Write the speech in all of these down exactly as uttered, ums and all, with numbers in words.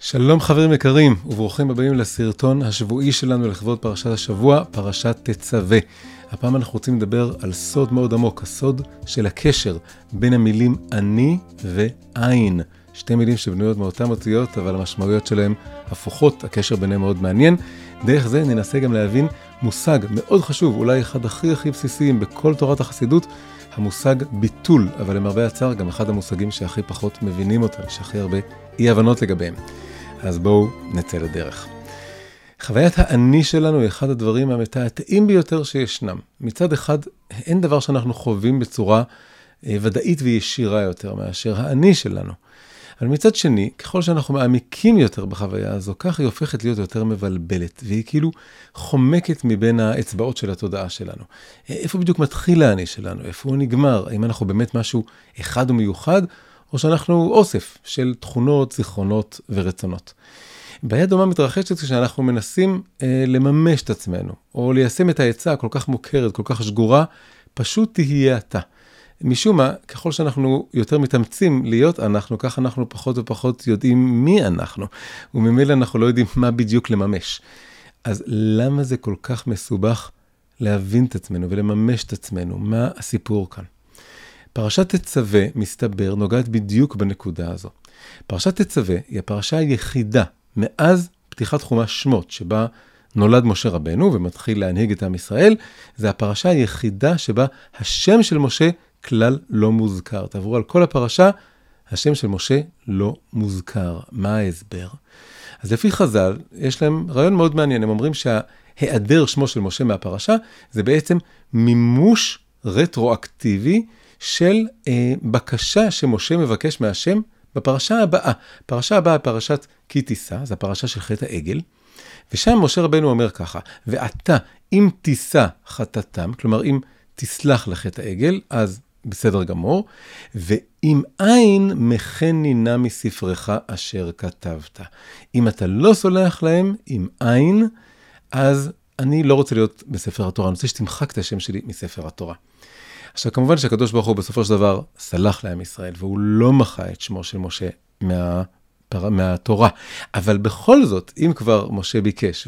שלום חברים יקרים, וברוכים הבאים לסרטון השבועי שלנו לכבוד פרשת השבוע, פרשת תצווה. הפעם אנחנו רוצים לדבר על סוד מאוד עמוק, הסוד של הקשר בין המילים אני ועין. שתי מילים שבנויות מאותן אותיות, אבל המשמעויות שלהם הפוכות, הקשר ביניהם מאוד מעניין. דרך זה ננסה גם להבין מושג מאוד חשוב, אולי אחד הכי הכי בסיסיים בכל תורת החסידות, המושג ביטול, אבל למרבה הצער גם אחד המושגים שהכי פחות מבינים אותם, שהכי הרבה אי הבנות לגביהם. אז בואו נצא לדרך. חוויית האני שלנו היא אחד הדברים המתעתעים ביותר שישנם. מצד אחד, אין דבר שאנחנו חווים בצורה ודאית וישירה יותר מאשר האני שלנו. אבל מצד שני, ככל שאנחנו מעמיקים יותר בחוויה הזו, כך היא הופכת להיות יותר מבלבלת, והיא כאילו חומקת מבין האצבעות של התודעה שלנו. איפה בדיוק מתחיל האני שלנו? איפה הוא נגמר? האם אנחנו באמת משהו אחד ומיוחד, או שאנחנו אוסף של תכונות, זיכרונות ורצונות. בעיה דומה מתרחשת כשאנחנו מנסים אה, לממש את עצמנו, או ליישם את העצה הכל כך מוכרת, כל כך שגורה, פשוט תהיה אתה. משום מה, ככל שאנחנו יותר מתאמצים להיות אנחנו, כך אנחנו פחות ופחות יודעים מי אנחנו, וממילא אנחנו לא יודעים מה בדיוק לממש. אז למה זה כל כך מסובך להבין את עצמנו ולממש את עצמנו? מה הסיפור כאן? פרשת תצווה, מסתבר, נוגעת בדיוק בנקודה הזו. פרשת תצווה היא הפרשה היחידה מאז פתיחת חומש שמות, שבה נולד משה רבנו ומתחיל להנהיג את עם ישראל. זה הפרשה היחידה שבה השם של משה כלל לא מוזכר. תעברו על כל הפרשה, השם של משה לא מוזכר. מה ההסבר? אז לפי חז"ל, יש להם רעיון מאוד מעניין. הם אומרים שההיעדר שמו של משה מהפרשה, זה בעצם מימוש רטרואקטיבי של אה, בקשה שמשה מבקש מהשם בפרשה הבאה. פרשה הבאה, פרשת כי תישא, זו הפרשה של חטא העגל, ושם משה רבנו אומר ככה, ואתה אם תישא חטאתם, כלומר אם תסלח לחטא העגל, אז בסדר גמור, ואם אין מכני נא מספרך אשר כתבת. אם אתה לא סולח להם, אם אין, אז אני לא רוצה להיות בספר התורה, אני רוצה שתמחק את השם שלי מספר התורה. עכשיו, כמובן שהקדוש ברוך הוא בסופו של דבר סלח לעם ישראל, והוא לא מחה את שמו של משה מהפר... מהתורה. אבל בכל זאת, אם כבר משה ביקש,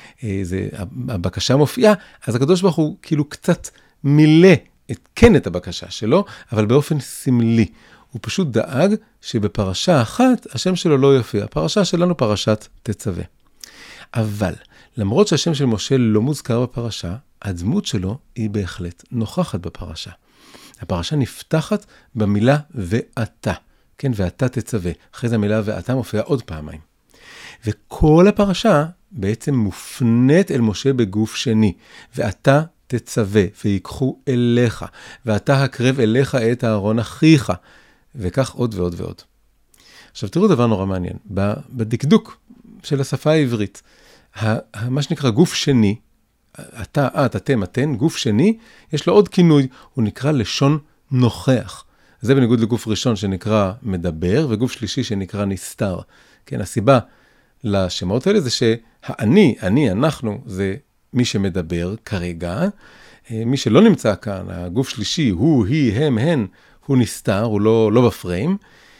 והבקשה מופיעה, אז הקדוש ברוך הוא כאילו קצת מילא את, כן את הבקשה שלו, אבל באופן סמלי. הוא פשוט דאג שבפרשה אחת, השם שלו לא יופיע. הפרשה שלנו פרשת תצווה. אבל, למרות שהשם של משה לא מוזכר בפרשה, הדמות שלו היא בהחלט נוכחת בפרשה. הפרשה נפתחת במילה ואתה, כן, ואתה תצווה. אחרי זה המילה ואתה מופיעה עוד פעמיים. וכל הפרשה בעצם מופנית אל משה בגוף שני, ואתה תצווה, ויקחו אליך, ואתה הקרב אליך את אהרון אחיך, וכך עוד ועוד ועוד. עכשיו תראו דבר נורא מעניין, בדקדוק של השפה העברית, מה שנקרא גוף שני, אתה, את, אתם, אתן, גוף שני, יש לו עוד כינוי, הוא נקרא לשון נוכח. זה בניגוד לגוף ראשון שנקרא מדבר, וגוף שלישי שנקרא נסתר. כן, הסיבה לשמות האלה זה שהאני, אני, אנחנו, זה מי שמדבר כרגע. מי שלא נמצא כאן, הגוף שלישי, הוא, היא, הם, הן, הוא נסתר, הוא לא, לא בפריים.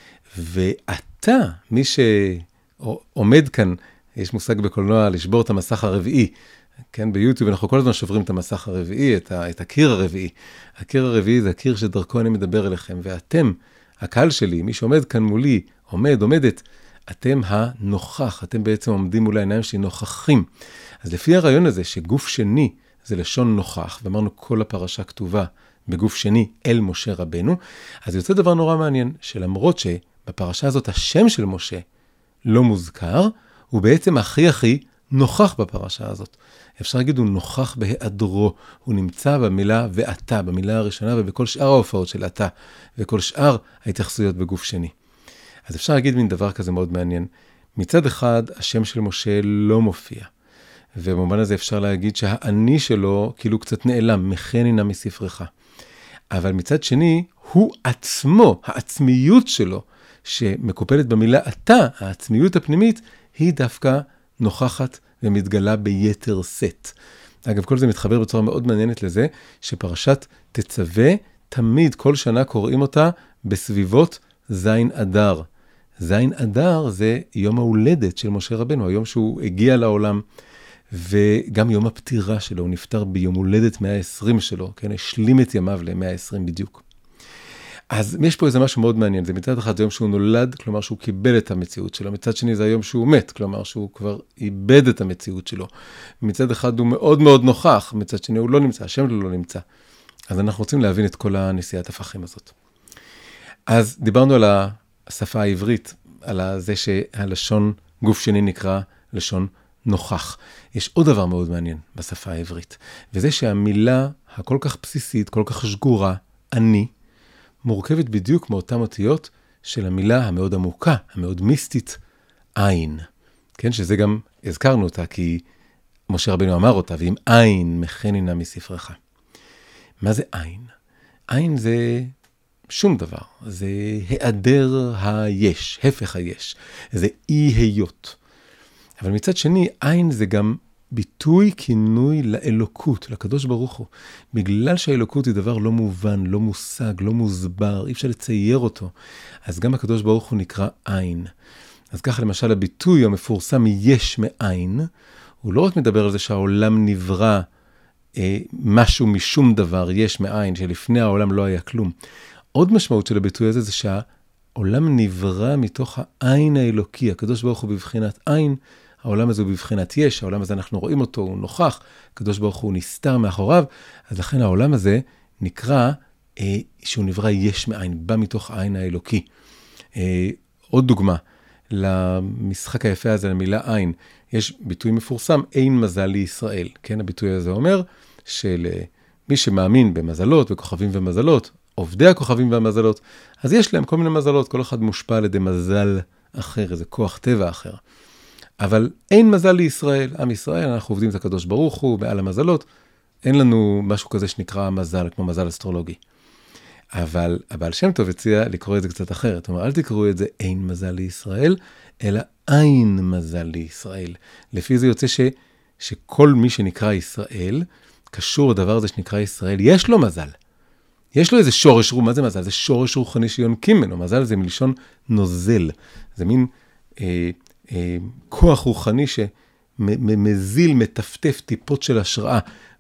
ואתה, מי שעומד כאן, יש מושג בקולנוע לשבור את המסך הרביעי, כן, ביוטיוב אנחנו כל הזמן שוברים את המסך הרביעי, את, ה, את הקיר הרביעי. הקיר הרביעי זה הקיר שדרכו אני מדבר אליכם, ואתם, הקהל שלי, מי שעומד כאן מולי, עומד, עומדת, אתם הנוכח, אתם בעצם עומדים מול העיניים שלי נוכחים. אז לפי הרעיון הזה שגוף שני זה לשון נוכח, ואמרנו כל הפרשה כתובה בגוף שני אל משה רבנו, אז יוצא דבר נורא מעניין, שלמרות שבפרשה הזאת השם של משה לא מוזכר, הוא בעצם הכי הכי נוכח בפרשה הזאת. אפשר להגיד, הוא נוכח בהיעדרו, הוא נמצא במילה ואתה, במילה הראשונה ובכל שאר ההופעות של אתה, וכל שאר ההתייחסויות בגוף שני. אז אפשר להגיד מין דבר כזה מאוד מעניין. מצד אחד, השם של משה לא מופיע, ובמובן הזה אפשר להגיד שהאני שלו כאילו קצת נעלם, מכני נא מספרך. אבל מצד שני, הוא עצמו, העצמיות שלו, שמקופלת במילה אתה, העצמיות הפנימית, היא דווקא נוכחת ומתגלה ביתר סט. אגב, כל זה מתחבר בצורה מאוד מעניינת לזה, שפרשת תצווה, תמיד כל שנה קוראים אותה בסביבות זין אדר. זין אדר זה יום ההולדת של משה רבנו, היום שהוא הגיע לעולם, וגם יום הפטירה שלו, הוא נפטר ביום הולדת מאה ועשרים שלו, כן, השלים את ימיו ל-מאה ועשרים בדיוק. אז יש פה איזה משהו מאוד מעניין, זה מצד אחד זה יום שהוא נולד, כלומר שהוא קיבל את המציאות שלו, מצד שני זה היום שהוא מת, כלומר שהוא כבר איבד את המציאות שלו. מצד אחד הוא מאוד מאוד נוכח, מצד שני הוא לא נמצא, השם שלו לא נמצא. אז אנחנו רוצים להבין את כל הנסיעת הפכים הזאת. אז דיברנו על השפה העברית, על זה שהלשון גוף שני נקרא לשון נוכח. יש עוד דבר מאוד מעניין בשפה העברית, וזה שהמילה הכל כך בסיסית, כל כך שגורה, אני, מורכבת בדיוק מאותן אותיות של המילה המאוד עמוקה, המאוד מיסטית, עין. כן, שזה גם הזכרנו אותה, כי משה רבנו אמר אותה, ואם עין מכנינה מספרך. מה זה עין? עין זה שום דבר, זה היעדר היש, הפך היש, זה אי היות. אבל מצד שני, עין זה גם ביטוי, כינוי לאלוקות, לקדוש ברוך הוא. בגלל שהאלוקות היא דבר לא מובן, לא מושג, לא מוסבר, אי אפשר לצייר אותו, אז גם הקדוש ברוך הוא נקרא עין. אז ככה למשל הביטוי המפורסם יש מאין, הוא לא רק מדבר על זה שהעולם נברא אה, משהו משום דבר, יש מאין, שלפני העולם לא היה כלום. עוד משמעות של הביטוי הזה זה שהעולם נברא מתוך העין האלוקי, הקדוש ברוך הוא בבחינת עין, העולם הזה הוא בבחינת יש, העולם הזה אנחנו רואים אותו, הוא נוכח, הקדוש ברוך הוא נסתר מאחוריו, אז לכן העולם הזה נקרא אה, שהוא נברא יש מאין, בא מתוך העין האלוקי. אה, עוד דוגמה למשחק היפה הזה, למילה עין, יש ביטוי מפורסם, אין מזל לישראל. כן, הביטוי הזה אומר שלמי שמאמין במזלות, בכוכבים ומזלות, עובדי הכוכבים והמזלות, אז יש להם כל מיני מזלות, כל אחד מושפע על ידי מזל אחר, איזה כוח טבע אחר. אבל אין מזל לישראל, עם ישראל, אנחנו עובדים את הקדוש ברוך הוא, מעל המזלות, אין לנו משהו כזה שנקרא מזל, כמו מזל אסטרולוגי. אבל הבעל שם טוב הציע לקרוא את זה קצת אחרת. זאת אומרת, אל תקראו את זה אין מזל לישראל, אלא אין מזל לישראל. לפי זה יוצא ש, שכל מי שנקרא ישראל, קשור לדבר הזה שנקרא ישראל, יש לו מזל. יש לו איזה שורש רוחני, מה זה מזל? זה שורש רוחני שיונקים ממנו. מזל זה מלשון נוזל. זה מין אה, אה, כוח רוחני שמזיל, מטפטף טיפות של השראה,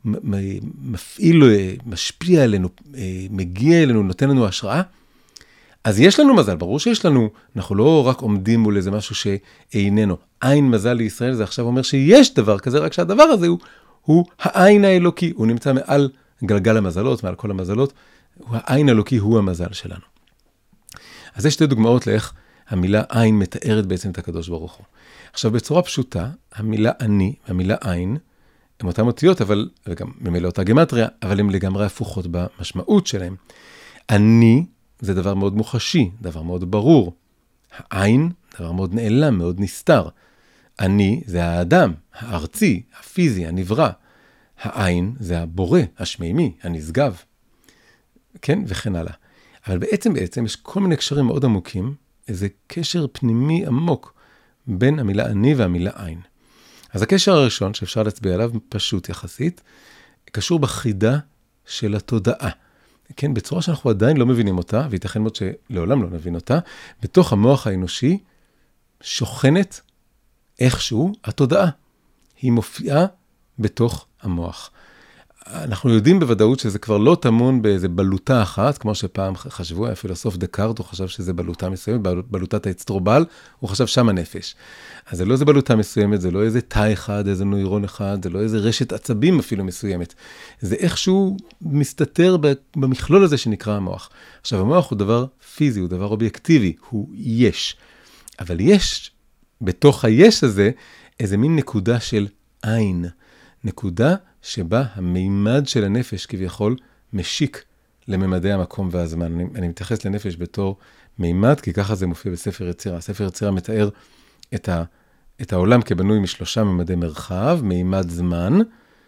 מפעיל, משפיע עלינו, מגיע אלינו, נותן לנו השראה. אז יש לנו מזל, ברור שיש לנו, אנחנו לא רק עומדים מול איזה משהו שאיננו. עין מזל לישראל, זה עכשיו אומר שיש דבר כזה, רק שהדבר הזה הוא, הוא העין האלוקי, הוא נמצא מעל גלגל המזלות, מעל כל המזלות, העין האלוקי הוא המזל שלנו. אז יש שתי דוגמאות לאיך המילה עין מתארת בעצם את הקדוש ברוך הוא. עכשיו בצורה פשוטה, המילה אני והמילה עין, הן אותן אותיות, אבל, וגם ממילא אותה גמטריה, אבל הן לגמרי הפוכות במשמעות שלהן. אני זה דבר מאוד מוחשי, דבר מאוד ברור. העין, דבר מאוד נעלם, מאוד נסתר. אני זה האדם, הארצי, הפיזי, הנברא. העין זה הבורא, השמימי, הנשגב. כן, וכן הלאה. אבל בעצם בעצם יש כל מיני קשרים מאוד עמוקים, איזה קשר פנימי עמוק בין המילה אני והמילה עין. אז הקשר הראשון שאפשר להצביע עליו פשוט יחסית, קשור בחידה של התודעה. כן, בצורה שאנחנו עדיין לא מבינים אותה, וייתכן מאוד שלעולם לא נבין אותה, בתוך המוח האנושי שוכנת איכשהו התודעה. היא מופיעה בתוך המוח. אנחנו יודעים בוודאות שזה כבר לא תמון באיזה בלוטה אחת, כמו שפעם חשבו, הפילוסוף דקארט, הוא חשב שזה בלוטה מסוימת, בלוטת האצטרובל, הוא חשב שם הנפש. אז זה לא איזה בלוטה מסוימת, זה לא איזה תא אחד, איזה נוירון אחד, זה לא איזה רשת עצבים אפילו מסוימת. זה איכשהו מסתתר במכלול הזה שנקרא המוח. עכשיו, המוח הוא דבר פיזי, הוא דבר אובייקטיבי, הוא יש. אבל יש, בתוך היש הזה, איזה מין נקודה של עין. נקודה שבה המימד של הנפש כביכול משיק לממדי המקום והזמן. אני, אני מתייחס לנפש בתור מימד, כי ככה זה מופיע בספר יצירה. ספר יצירה מתאר את, ה, את העולם כבנוי משלושה ממדי מרחב, מימד זמן.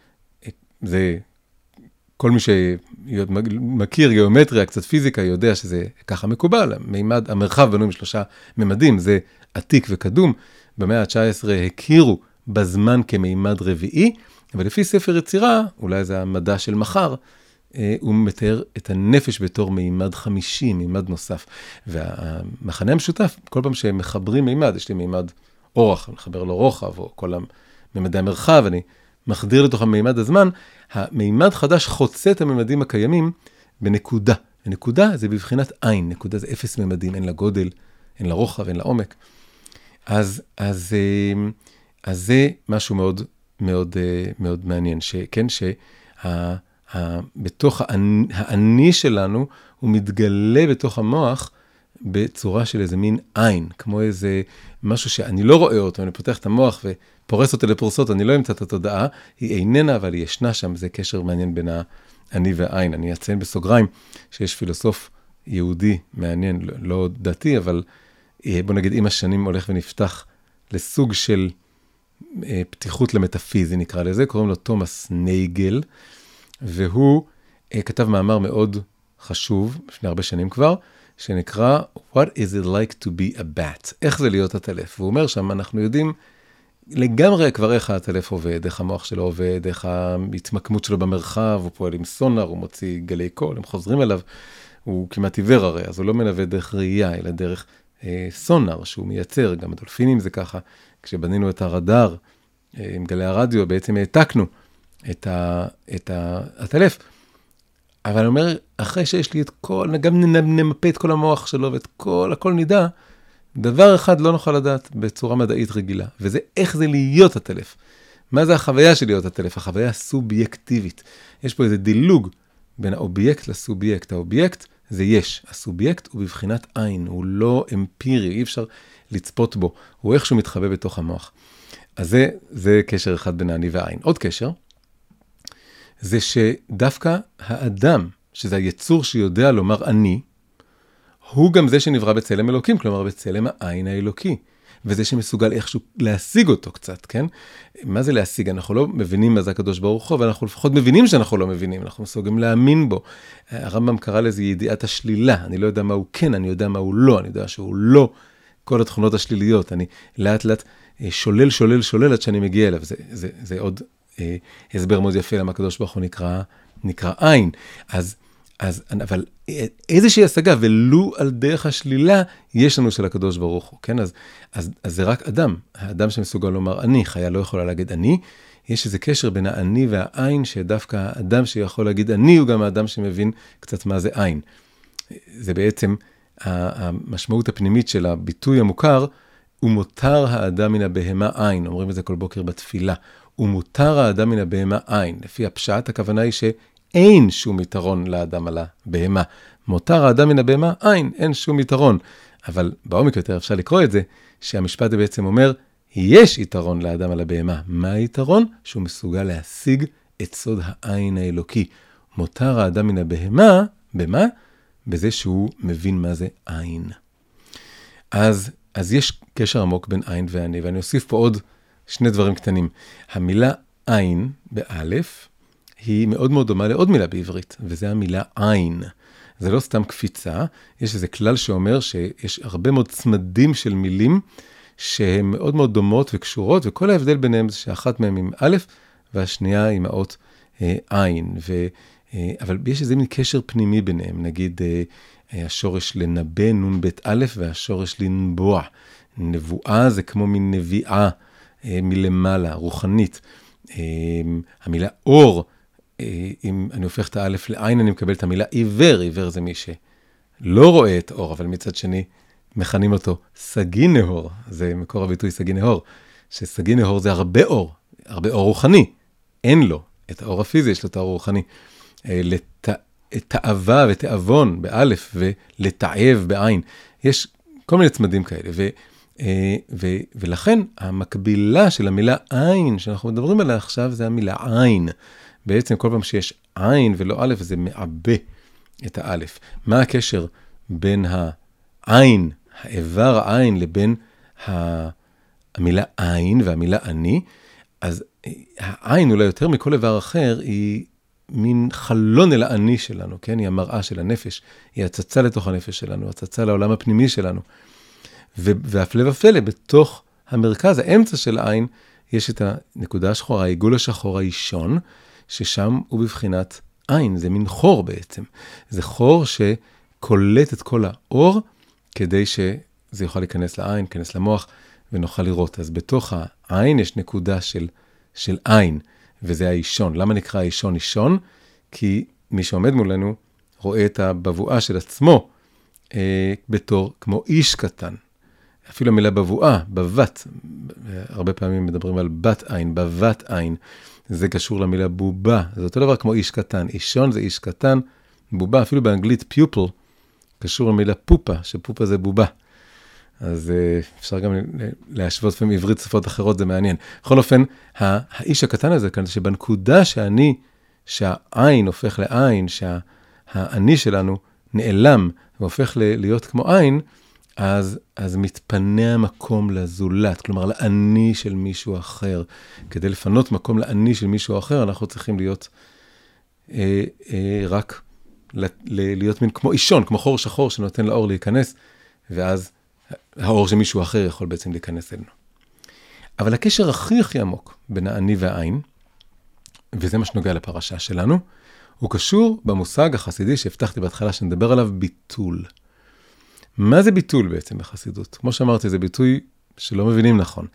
זה, כל מי שמכיר גיאומטריה, קצת פיזיקה, יודע שזה ככה מקובל. מימד, המרחב בנוי משלושה ממדים, זה עתיק וקדום. במאה ה-תשע עשרה הכירו בזמן כמימד רביעי, אבל לפי ספר יצירה, אולי זה המדע של מחר, הוא מתאר את הנפש בתור מימד חמישי, מימד נוסף. והמחנה המשותף, כל פעם שהם מחברים מימד, יש לי מימד אורח, אני מחבר לו רוחב, או כל מימדי המרחב, אני מחדיר לתוך המימד הזמן, המימד חדש חוצה את הממדים הקיימים בנקודה. ונקודה זה בבחינת עין, נקודה זה אפס ממדים, אין לה גודל, אין לה רוחב, אין לה עומק. אז, אז, אז זה משהו מאוד, מאוד, מאוד מעניין, שכן, שבתוך האני שלנו, הוא מתגלה בתוך המוח, בצורה של איזה מין עין, כמו איזה משהו שאני לא רואה אותו, אני פותח את המוח ופורס אותו לפרוסות, אני לא אמצא את התודעה, היא איננה, אבל היא ישנה שם, זה קשר מעניין בין האני והעין. אני אציין בסוגריים שיש פילוסוף יהודי מעניין, לא דתי, אבל בוא נגיד עם השנים הולך ונפתח לסוג של פתיחות למטאפיזי, נקרא לזה, קוראים לו תומאס נייגל, והוא כתב מאמר מאוד חשוב, לפני הרבה שנים כבר, שנקרא What is it like to be a bat? איך זה להיות הטלף? והוא אומר שם, אנחנו יודעים לגמרי כבר איך הטלף עובד, איך המוח שלו עובד, איך ההתמקמות שלו במרחב, הוא פועל עם סונר, הוא מוציא גלי קול, הם חוזרים אליו, הוא כמעט עיוור הרי, אז הוא לא מנווה דרך ראייה, אלא דרך אה, סונר שהוא מייצר, גם הדולפינים זה ככה, כשבנינו את הרדאר אה, עם גלי הרדיו, בעצם העתקנו את, ה, את ה, הטלף, אבל אני אומר, אחרי שיש לי את כל, גם נמפה את כל המוח שלו, ואת כל, הכל נדע, דבר אחד לא נוכל לדעת בצורה מדעית רגילה, וזה איך זה להיות הטלף. מה זה החוויה של להיות הטלף? החוויה הסובייקטיבית. יש פה איזה דילוג בין האובייקט לסובייקט. האובייקט זה יש, הסובייקט הוא בבחינת עין, הוא לא אמפירי, אי אפשר לצפות בו, הוא איכשהו מתחבא בתוך המוח. אז זה, זה קשר אחד בין העני והעין. עוד קשר, זה שדווקא האדם, שזה היצור שיודע לומר אני, הוא גם זה שנברא בצלם אלוקים, כלומר בצלם העין האלוקי, וזה שמסוגל איכשהו להשיג אותו קצת, כן? מה זה להשיג? אנחנו לא מבינים מה זה הקדוש ברוך הוא, אבל אנחנו לפחות מבינים שאנחנו לא מבינים, אנחנו מסוגלים להאמין בו. הרמב"ם קרא לזה ידיעת השלילה, אני לא יודע מה הוא כן, אני יודע מה הוא לא, אני יודע שהוא לא כל התכונות השליליות, אני לאט לאט שולל, שולל, שולל עד שאני מגיע אליו, זה, זה, זה עוד אה, הסבר מאוד יפה למה הקדוש ברוך הוא נקרא, נקרא עין. אז, אז, אבל איזושהי השגה, ולו על דרך השלילה, יש לנו של הקדוש ברוך הוא, כן? אז, אז, אז זה רק אדם, האדם שמסוגל לומר אני, חיה לא יכולה להגיד אני, יש איזה קשר בין האני והעין, שדווקא האדם שיכול להגיד אני, הוא גם האדם שמבין קצת מה זה עין. זה בעצם המשמעות הפנימית של הביטוי המוכר, ומותר האדם מן הבהמה עין, אומרים את זה כל בוקר בתפילה, ומותר האדם מן הבהמה עין, לפי הפשט, הכוונה היא שאין שום יתרון לאדם על הבהמה, מותר האדם מן הבהמה עין, אין שום יתרון, אבל בעומק יותר אפשר לקרוא את זה, שהמשפט בעצם אומר, יש יתרון לאדם על הבהמה, מה היתרון? שהוא מסוגל להשיג את סוד העין האלוקי, מותר האדם מן הבהמה, במה? בזה שהוא מבין מה זה עין. אז, אז יש קשר עמוק בין עין ועני, ואני אוסיף פה עוד שני דברים קטנים. המילה עין באלף היא מאוד מאוד דומה לעוד מילה בעברית, וזה המילה עין. זה לא סתם קפיצה, יש איזה כלל שאומר שיש הרבה מאוד צמדים של מילים שהן מאוד מאוד דומות וקשורות, וכל ההבדל ביניהם זה שאחת מהם עם א' והשנייה עם האות אה, עין. ו, אה, אבל יש איזה מין קשר פנימי ביניהם, נגיד אה, השורש לנבא נון בית א' והשורש לנבוע. נבואה זה כמו מין נביאה אה, מלמעלה, רוחנית. אה, המילה אור, אה, אם אני הופך את האלף לעין, אני מקבל את המילה עיוור. עיוור זה מי שלא רואה את אור, אבל מצד שני מכנים אותו סגי נהור. זה מקור הביטוי סגי נהור, שסגי נהור זה הרבה אור, הרבה אור רוחני. אין לו את האור הפיזי, יש לו את האור הרוחני. אה, לת... תאווה ותאבון באלף ולתעב בעין. יש כל מיני צמדים כאלה. ו, ו, ולכן המקבילה של המילה עין שאנחנו מדברים עליה עכשיו זה המילה עין. בעצם כל פעם שיש עין ולא א' זה מעבה את האלף. מה הקשר בין העין, האיבר העין, לבין המילה עין והמילה אני? אז העין אולי יותר מכל איבר אחר היא מין חלון אל העני שלנו, כן? היא המראה של הנפש, היא הצצה לתוך הנפש שלנו, הצצה לעולם הפנימי שלנו. והפלא ופלא, בתוך המרכז, האמצע של העין, יש את הנקודה השחורה, העיגול השחור האישון, ששם הוא בבחינת עין, זה מין חור בעצם. זה חור שקולט את כל האור, כדי שזה יוכל להיכנס לעין, להיכנס למוח, ונוכל לראות. אז בתוך העין יש נקודה של, של עין, וזה האישון. למה נקרא האישון אישון? כי מי שעומד מולנו רואה את הבבואה של עצמו, אה, בתור כמו איש קטן. אפילו המילה בבואה, בבת, הרבה פעמים מדברים על בת עין, בבת עין, זה קשור למילה בובה, זה אותו דבר כמו איש קטן, אישון זה איש קטן, בובה, אפילו באנגלית פיופל, קשור למילה פופה, שפופה זה בובה. אז אפשר גם להשוות לפעמים עברית שפות אחרות, זה מעניין. בכל אופן, האיש הקטן הזה, כאן, שבנקודה שאני, שהעין הופך לעין, שהאני שלנו נעלם, והופך להיות כמו עין, אז, אז מתפנה המקום לזולת, כלומר, לאני של מישהו אחר. כדי לפנות מקום לאני של מישהו אחר, אנחנו צריכים להיות אה, אה, רק ל, ל, להיות מין כמו אישון, כמו חור שחור שנותן לאור להיכנס, ואז האור של מישהו אחר יכול בעצם להיכנס אלינו. אבל הקשר הכי הכי עמוק בין האני והעין, וזה מה שנוגע לפרשה שלנו, הוא קשור במושג החסידי שהבטחתי בהתחלה שנדבר עליו, ביטול. מה זה ביטול בעצם בחסידות? כמו שאמרתי, זה ביטוי שלא מבינים נכון.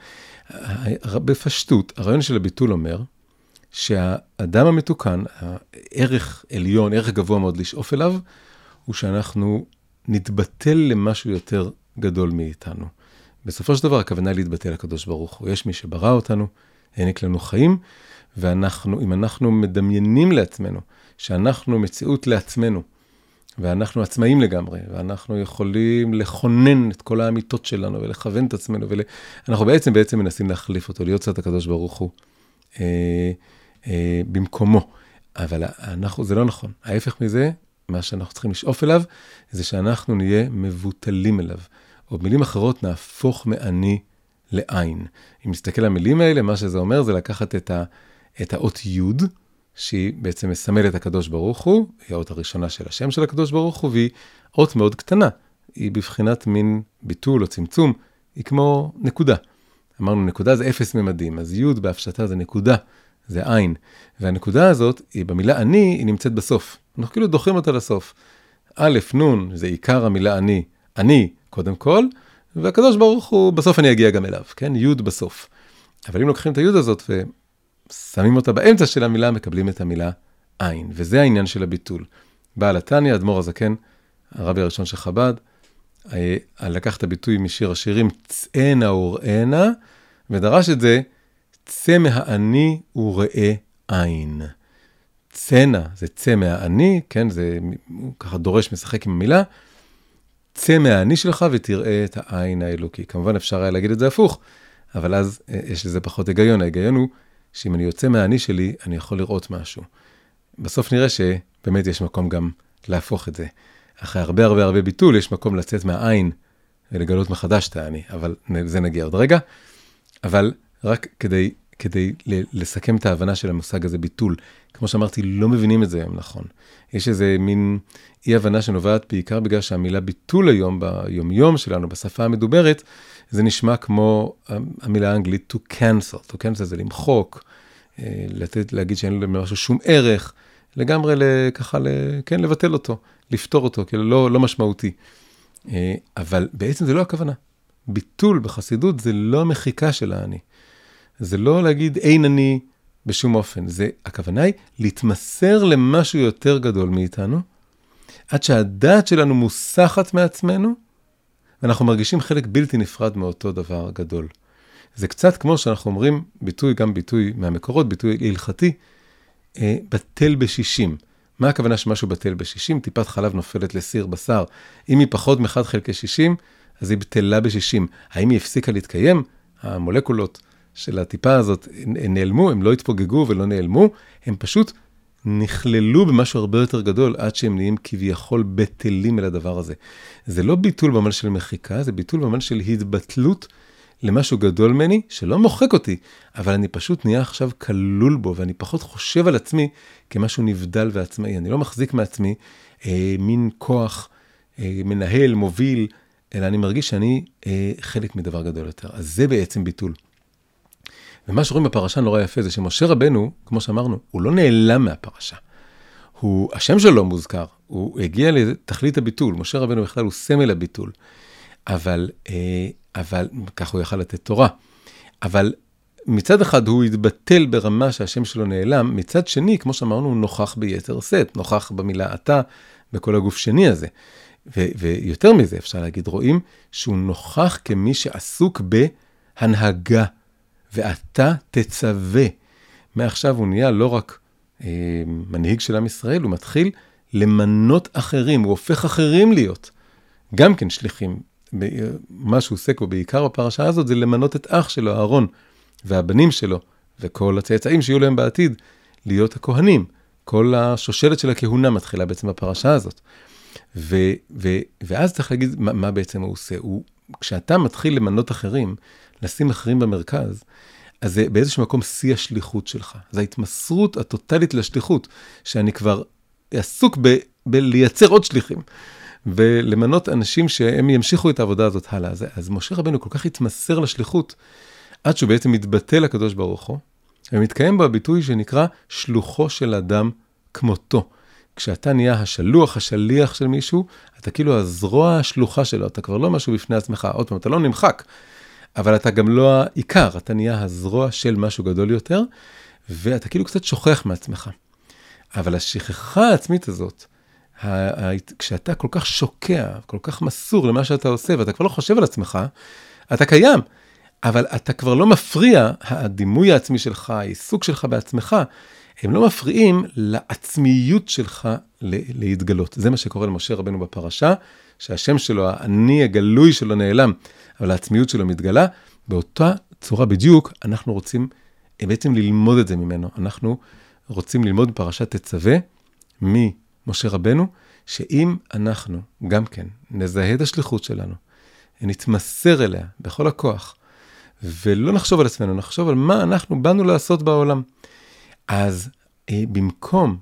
בפשטות, הרעיון של הביטול אומר שהאדם המתוקן, הערך עליון, ערך גבוה מאוד לשאוף אליו, הוא שאנחנו נתבטל למשהו יותר גדול מאיתנו. בסופו של דבר, הכוונה להתבטל לקדוש ברוך הוא. יש מי שברא אותנו, העניק לנו חיים, ואנחנו, אם אנחנו מדמיינים לעצמנו, שאנחנו מציאות לעצמנו, ואנחנו עצמאים לגמרי, ואנחנו יכולים לכונן את כל האמיתות שלנו, ולכוון את עצמנו, ואנחנו בעצם בעצם מנסים להחליף אותו, להיות צד הקדוש ברוך הוא אה, אה, במקומו. אבל אנחנו, זה לא נכון. ההפך מזה, מה שאנחנו צריכים לשאוף אליו, זה שאנחנו נהיה מבוטלים אליו. או במילים אחרות, נהפוך מאני לעין. אם נסתכל על המילים האלה, מה שזה אומר, זה לקחת את, ה, את האות יוד, שהיא בעצם מסמלת את הקדוש ברוך הוא, היא האות הראשונה של השם של הקדוש ברוך הוא, והיא אות מאוד קטנה. היא בבחינת מין ביטול או צמצום, היא כמו נקודה. אמרנו, נקודה זה אפס ממדים, אז יוד בהפשטה זה נקודה, זה עין. והנקודה הזאת, היא במילה אני, היא נמצאת בסוף. אנחנו כאילו דוחים אותה לסוף. א', נון, זה עיקר המילה אני, אני קודם כל, והקדוש ברוך הוא, בסוף אני אגיע גם אליו, כן? יוד בסוף. אבל אם לוקחים את היוד הזאת ושמים אותה באמצע של המילה, מקבלים את המילה עין, וזה העניין של הביטול. בעל התניא, אדמו"ר הזקן, הרבי הראשון של חב"ד, לקח את הביטוי משיר השירים, צאנה וראנה, ודרש את זה, צא מהאני וראה עין. צאנה, זה צא מהאני, כן, זה ככה דורש, משחק עם המילה, צא מהאני שלך ותראה את העין האלוקי. כמובן אפשר היה להגיד את זה הפוך, אבל אז יש לזה פחות היגיון. ההיגיון הוא שאם אני יוצא מהאני שלי, אני יכול לראות משהו. בסוף נראה שבאמת יש מקום גם להפוך את זה. אחרי הרבה הרבה הרבה ביטול, יש מקום לצאת מהעין ולגלות מחדש את האני, אבל זה נגיע עוד רגע. אבל רק כדי, כדי לסכם את ההבנה של המושג הזה ביטול, כמו שאמרתי, לא מבינים את זה היום נכון. יש איזה מין אי הבנה שנובעת בעיקר בגלל שהמילה ביטול היום, ביומיום שלנו, בשפה המדוברת, זה נשמע כמו המילה האנגלית to cancel. to cancel זה למחוק, לתת, להגיד שאין לו משהו שום ערך, לגמרי ככה, כן, לבטל אותו, לפתור אותו, כאילו לא, לא משמעותי. אבל בעצם זה לא הכוונה. ביטול בחסידות זה לא המחיקה של האני. זה לא להגיד אין אני בשום אופן. זה, הכוונה היא להתמסר למשהו יותר גדול מאיתנו, עד שהדעת שלנו מוסחת מעצמנו, ואנחנו מרגישים חלק בלתי נפרד מאותו דבר גדול. זה קצת כמו שאנחנו אומרים, ביטוי, גם ביטוי מהמקורות, ביטוי הלכתי, אה, בטל בשישים. מה הכוונה שמשהו בטל בשישים? טיפת חלב נופלת לסיר בשר. אם היא פחות מאחד חלקי שישים, אז היא בטלה בשישים. האם היא הפסיקה להתקיים? המולקולות של הטיפה הזאת נעלמו, הם לא התפוגגו ולא נעלמו, הם פשוט נכללו במשהו הרבה יותר גדול, עד שהם נהיים כביכול בטלים אל הדבר הזה. זה לא ביטול במובן של מחיקה, זה ביטול במובן של התבטלות למשהו גדול ממני, שלא מוחק אותי, אבל אני פשוט נהיה עכשיו כלול בו, ואני פחות חושב על עצמי כמשהו נבדל ועצמאי. אני לא מחזיק מעצמי אה, מין כוח, אה, מנהל, מוביל, אלא אני מרגיש שאני אה, חלק מדבר גדול יותר. אז זה בעצם ביטול. ומה שרואים בפרשה נורא יפה זה שמשה רבנו, כמו שאמרנו, הוא לא נעלם מהפרשה. הוא, השם שלו לא מוזכר, הוא הגיע לתכלית הביטול, משה רבנו בכלל הוא סמל הביטול, אבל, אבל כך הוא יכל לתת תורה. אבל מצד אחד הוא התבטל ברמה שהשם שלו נעלם, מצד שני, כמו שאמרנו, הוא נוכח ביתר שאת, נוכח במילה אתה, בכל הגוף שני הזה. ו- ויותר מזה, אפשר להגיד, רואים שהוא נוכח כמי שעסוק בהנהגה, ואתה תצווה. מעכשיו הוא נהיה לא רק אה, מנהיג של עם ישראל, הוא מתחיל למנות אחרים, הוא הופך אחרים להיות. גם כן שליחים, מה שהוא עושה פה בעיקר בפרשה הזאת, זה למנות את אח שלו, אהרון, והבנים שלו, וכל הצאצאים שיהיו להם בעתיד, להיות הכהנים. כל השושלת של הכהונה מתחילה בעצם בפרשה הזאת. ו- ו- ואז צריך להגיד מה, מה בעצם הוא עושה. הוא, כשאתה מתחיל למנות אחרים, לשים אחרים במרכז, אז זה באיזשהו מקום שיא השליחות שלך. זו ההתמסרות הטוטלית לשליחות, שאני כבר עסוק ב- בלייצר עוד שליחים, ולמנות אנשים שהם ימשיכו את העבודה הזאת הלאה. אז, אז משה רבנו כל כך התמסר לשליחות, עד שהוא בעצם מתבטא לקדוש ברוך הוא, ומתקיים בו הביטוי שנקרא שלוחו של אדם כמותו. כשאתה נהיה השלוח, השליח של מישהו, אתה כאילו הזרוע השלוחה שלו, אתה כבר לא משהו בפני עצמך, עוד פעם, אתה לא נמחק, אבל אתה גם לא העיקר, אתה נהיה הזרוע של משהו גדול יותר, ואתה כאילו קצת שוכח מעצמך. אבל השכחה העצמית הזאת, כשאתה כל כך שוקע, כל כך מסור למה שאתה עושה, ואתה כבר לא חושב על עצמך, אתה קיים, אבל אתה כבר לא מפריע, הדימוי העצמי שלך, העיסוק שלך בעצמך, הם לא מפריעים לעצמיות שלך להתגלות. זה מה שקורה למשה רבנו בפרשה, שהשם שלו, האני הגלוי שלו נעלם, אבל העצמיות שלו מתגלה. באותה צורה בדיוק, אנחנו רוצים בעצם ללמוד את זה ממנו. אנחנו רוצים ללמוד בפרשת תצווה ממשה רבנו, שאם אנחנו גם כן נזהה את השליחות שלנו, נתמסר אליה בכל הכוח, ולא נחשוב על עצמנו, נחשוב על מה אנחנו באנו לעשות בעולם. אז במקום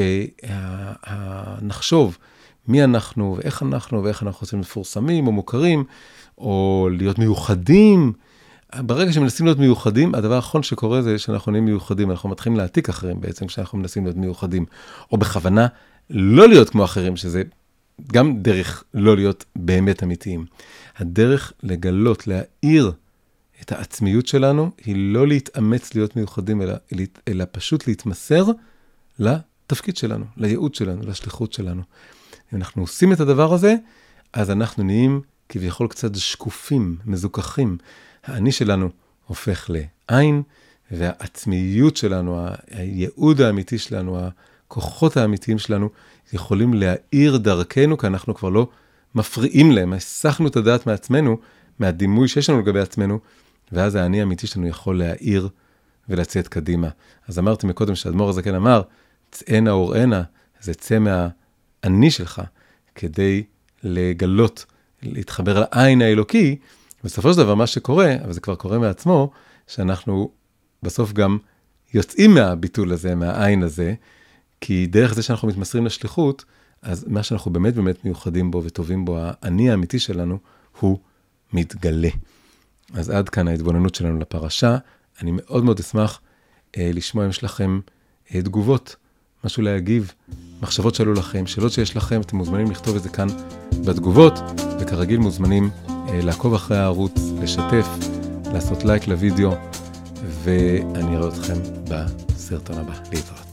שנחשוב מי אנחנו ואיך אנחנו ואיך אנחנו רוצים מפורסמים או מוכרים או להיות מיוחדים, ברגע שמנסים להיות מיוחדים, הדבר האחרון שקורה זה שאנחנו נהיים מיוחדים, אנחנו מתחילים להעתיק אחרים בעצם כשאנחנו מנסים להיות מיוחדים, או בכוונה לא להיות כמו אחרים, שזה גם דרך לא להיות באמת אמיתיים. הדרך לגלות, להאיר את העצמיות שלנו, היא לא להתאמץ להיות מיוחדים, אלא, אלא פשוט להתמסר לתפקיד שלנו, לייעוד שלנו, לשליחות שלנו. אם אנחנו עושים את הדבר הזה, אז אנחנו נהיים כביכול קצת שקופים, מזוכחים. האני שלנו הופך לעין, והעצמיות שלנו, הייעוד האמיתי שלנו, הכוחות האמיתיים שלנו, יכולים להאיר דרכנו, כי אנחנו כבר לא מפריעים להם, הסחנו את הדעת מעצמנו, מהדימוי שיש לנו לגבי עצמנו, ואז האני האמיתי שלנו יכול להאיר ולצאת קדימה. אז אמרתי מקודם שהאדמו"ר הזקן אמר, צאנה אוראנה, זה צא מהאני שלך, כדי לגלות, להתחבר לעין האלוקי, בסופו של דבר מה שקורה, אבל זה כבר קורה מעצמו, שאנחנו בסוף גם יוצאים מהביטול הזה, מהעין הזה, כי דרך זה שאנחנו מתמסרים לשליחות, אז מה שאנחנו באמת באמת מיוחדים בו וטובים בו, האני האמיתי שלנו, הוא מתגלה. אז עד כאן ההתבוננות שלנו לפרשה. אני מאוד מאוד אשמח אה, לשמוע אם יש לכם אה, תגובות, משהו להגיב, מחשבות שעלו לכם, שאלות שיש לכם, אתם מוזמנים לכתוב את זה כאן בתגובות, וכרגיל מוזמנים אה, לעקוב אחרי הערוץ, לשתף, לעשות לייק לוידאו, ואני אראה אתכם בסרטון הבא. להתראות.